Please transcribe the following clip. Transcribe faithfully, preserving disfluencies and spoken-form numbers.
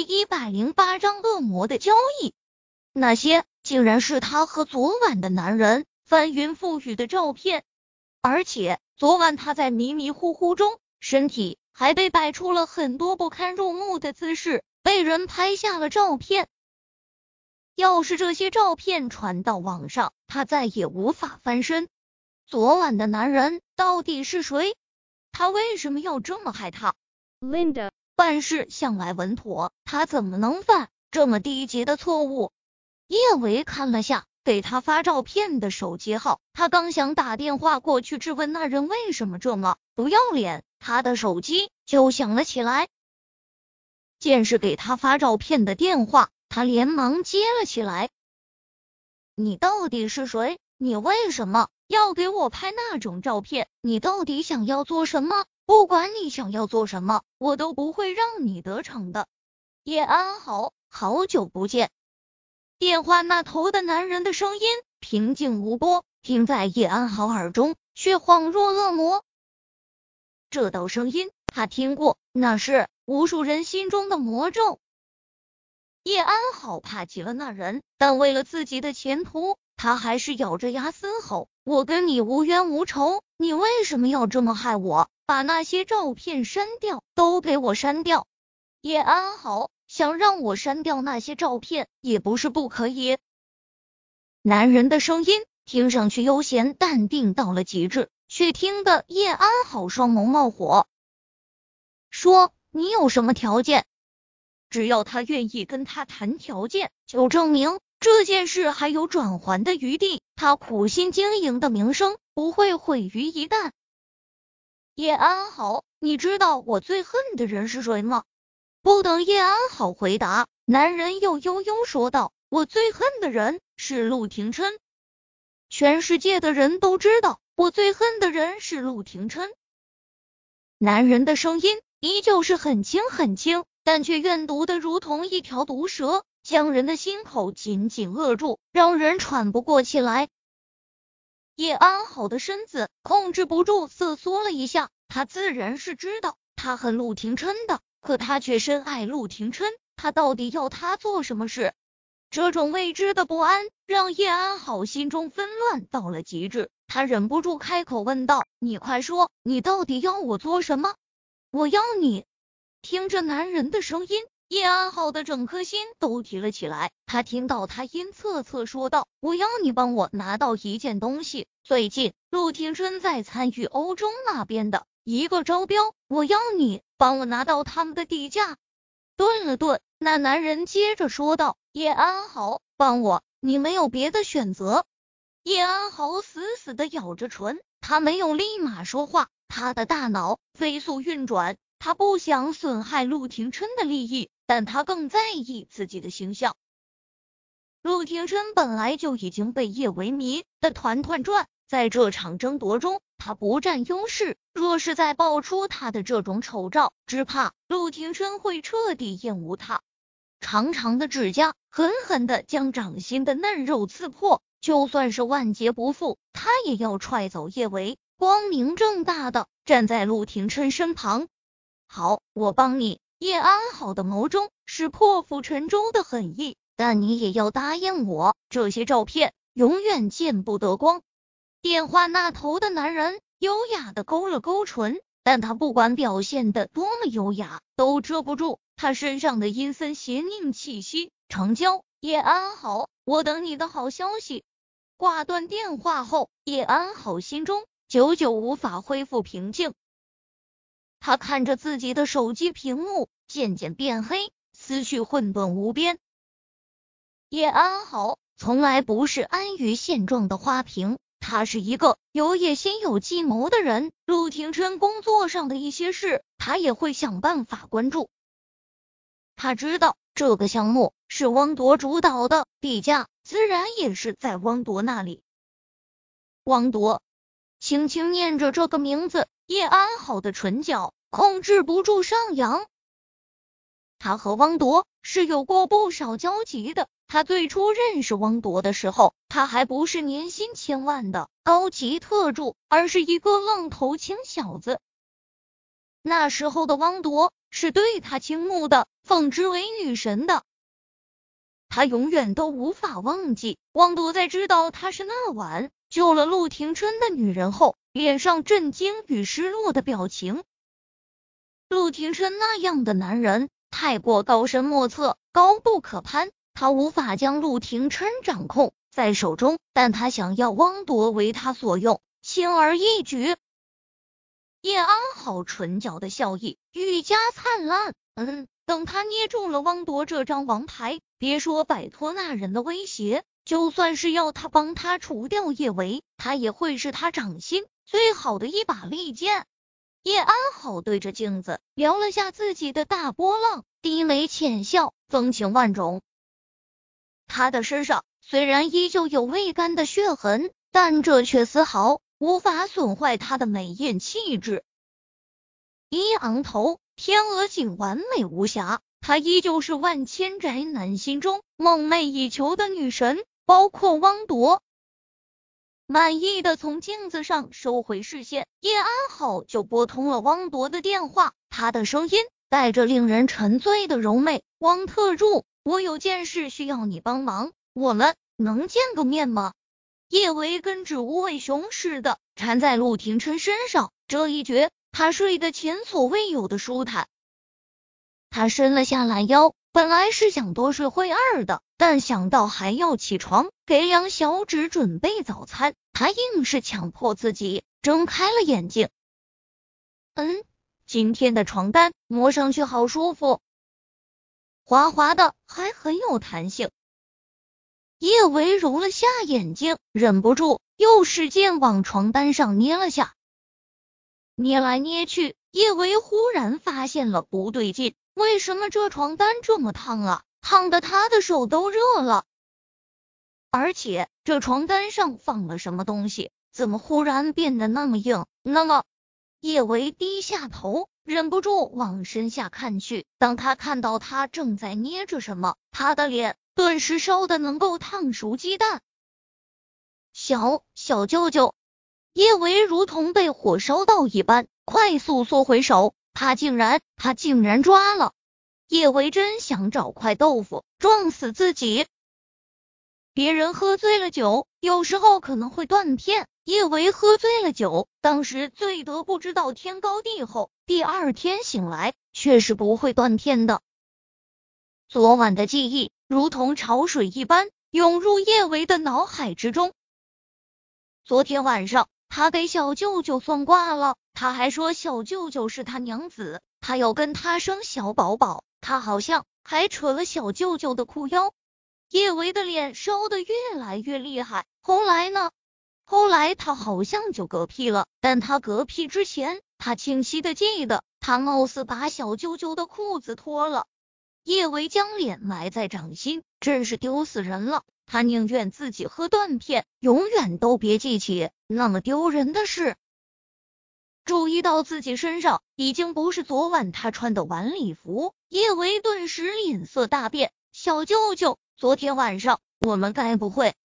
第一百零八章恶魔的交易。那些竟然是他和昨晚的男人翻云覆雨的照片，而且昨晚他在迷迷糊糊中，身体还被摆出了很多不堪入目的姿势，被人拍下了照片。要是这些照片传到网上，他再也无法翻身。昨晚的男人到底是谁？他为什么要这么害他 Linda 办事向来稳妥，他怎么能犯这么低级的错误？叶维看了下给他发照片的手机号，他刚想打电话过去质问那人为什么这么不要脸，他的手机就响了起来。见是给他发照片的电话，他连忙接了起来。你到底是谁？你为什么要给我拍那种照片？你到底想要做什么？不管你想要做什么，我都不会让你得逞的。叶安好，好久不见。电话那头的男人的声音平静无波，听在叶安好耳中却恍若恶魔。这道声音他听过，那是无数人心中的魔咒。叶安好怕极了那人，但为了自己的前途，他还是咬着牙嘶吼：我跟你无冤无仇，你为什么要这么害我？把那些照片删掉，都给我删掉。叶安好想让我删掉那些照片，也不是不可以。男人的声音听上去悠闲淡定到了极致，却听得叶安好双眸冒火。说，你有什么条件？只要他愿意跟他谈条件，就证明这件事还有转圜的余地，他苦心经营的名声不会毁于一旦。叶安好，你知道我最恨的人是谁吗？不等叶安好回答，男人又悠悠说道：我最恨的人是陆廷琛。全世界的人都知道，我最恨的人是陆廷琛。男人的声音依旧是很轻很轻，但却怨毒的如同一条毒蛇，将人的心口紧紧扼住，让人喘不过气来。叶安好的身子控制不住瑟缩了一下，他自然是知道他恨陆廷琛的，可他却深爱陆廷琛，他到底要他做什么事？这种未知的不安让叶安好心中纷乱到了极致，他忍不住开口问道：你快说，你到底要我做什么？我要你。听着男人的声音，叶安好的整颗心都提了起来，他听到他阴恻恻说道：我要你帮我拿到一件东西，最近陆廷琛在参与欧洲那边的一个招标，我要你帮我拿到他们的底价。顿了顿，那男人接着说道：叶安好，帮我，你没有别的选择。叶安好死死地咬着唇，他没有立马说话，他的大脑飞速运转，他不想损害陆廷琛的利益，但他更在意自己的形象。陆廷琛本来就已经被叶维迷的团团转，在这场争夺中他不占优势，若是再爆出他的这种丑照，只怕陆廷琛会彻底厌恶他。长长的指甲狠狠地将掌心的嫩肉刺破，就算是万劫不复，他也要踹走叶维，光明正大的站在陆廷琛身旁。好，我帮你。叶安好的眸中是破釜沉舟的狠意，但你也要答应我，这些照片永远见不得光。电话那头的男人优雅的勾了勾唇，但他不管表现的多么优雅，都遮不住他身上的阴森邪佞气息。成交，叶安好，我等你的好消息。挂断电话后，叶安好心中久久无法恢复平静。他看着自己的手机屏幕渐渐变黑，思绪混沌无边。叶安好从来不是安于现状的花瓶，他是一个有野心有计谋的人，陆廷琛工作上的一些事他也会想办法关注。他知道这个项目是汪铎主导的，底价自然也是在汪铎那里。汪铎，轻轻念着这个名字，叶安好的唇角控制不住上扬。他和汪铎是有过不少交集的，他最初认识汪铎的时候，他还不是年薪千万的高级特助，而是一个愣头青小子。那时候的汪铎是对他倾慕的，奉之为女神的。他永远都无法忘记汪铎在知道他是那晚救了陆廷琛的女人后，脸上震惊与失落的表情。陆廷琛那样的男人太过高深莫测，高不可攀，他无法将陆廷琛掌控在手中，但他想要汪铎为他所用，轻而易举。叶安好唇角的笑意愈加灿烂，嗯，等他捏住了汪铎这张王牌，别说摆脱那人的威胁，就算是要他帮他除掉叶维，他也会是他掌心最好的一把利剑。叶安好对着镜子撩了下自己的大波浪，低眉浅笑，风情万种。他的身上虽然依旧有未干的血痕，但这却丝毫无法损坏他的美艳气质。一昂头，天鹅颈完美无瑕，她依旧是万千宅男心中梦寐以求的女神，包括汪铎。满意的从镜子上收回视线，叶安好就拨通了汪铎的电话，他的声音带着令人沉醉的柔媚。汪特助，我有件事需要你帮忙，我们能见个面吗？叶维跟只无尾熊似的缠在陆廷琛身上，这一觉他睡得前所未有的舒坦。他伸了下懒腰，本来是想多睡会儿的，但想到还要起床给梁小芷准备早餐，他硬是强迫自己睁开了眼睛。嗯，今天的床单摸上去好舒服，滑滑的，还很有弹性。叶维揉了下眼睛，忍不住又使劲往床单上捏了下。捏来捏去，叶维忽然发现了不对劲，为什么这床单这么烫啊？烫得他的手都热了。而且这床单上放了什么东西，怎么忽然变得那么硬？那么叶维低下头，忍不住往身下看去。当他看到他正在捏着什么，他的脸顿时烧得能够烫熟鸡蛋。小小舅舅，叶维如同被火烧到一般，快速缩回手。他竟然他竟然抓了！叶维真想找块豆腐撞死自己。别人喝醉了酒，有时候可能会断片，叶维喝醉了酒，当时醉得不知道天高地厚，第二天醒来却是不会断片的。昨晚的记忆如同潮水一般涌入叶维的脑海之中。昨天晚上他给小舅舅算卦了，他还说小舅舅是他娘子，他要跟他生小宝宝，他好像还扯了小舅舅的裤腰。叶维的脸烧得越来越厉害。后来呢？后来他好像就嗝屁了，但他嗝屁之前，他清晰的记得他貌似把小舅舅的裤子脱了。叶维将脸埋在掌心，真是丢死人了。他宁愿自己喝断片，永远都别记起那么丢人的事。注意到自己身上已经不是昨晚他穿的晚礼服，叶维顿时脸色大变。小舅舅，昨天晚上我们该不会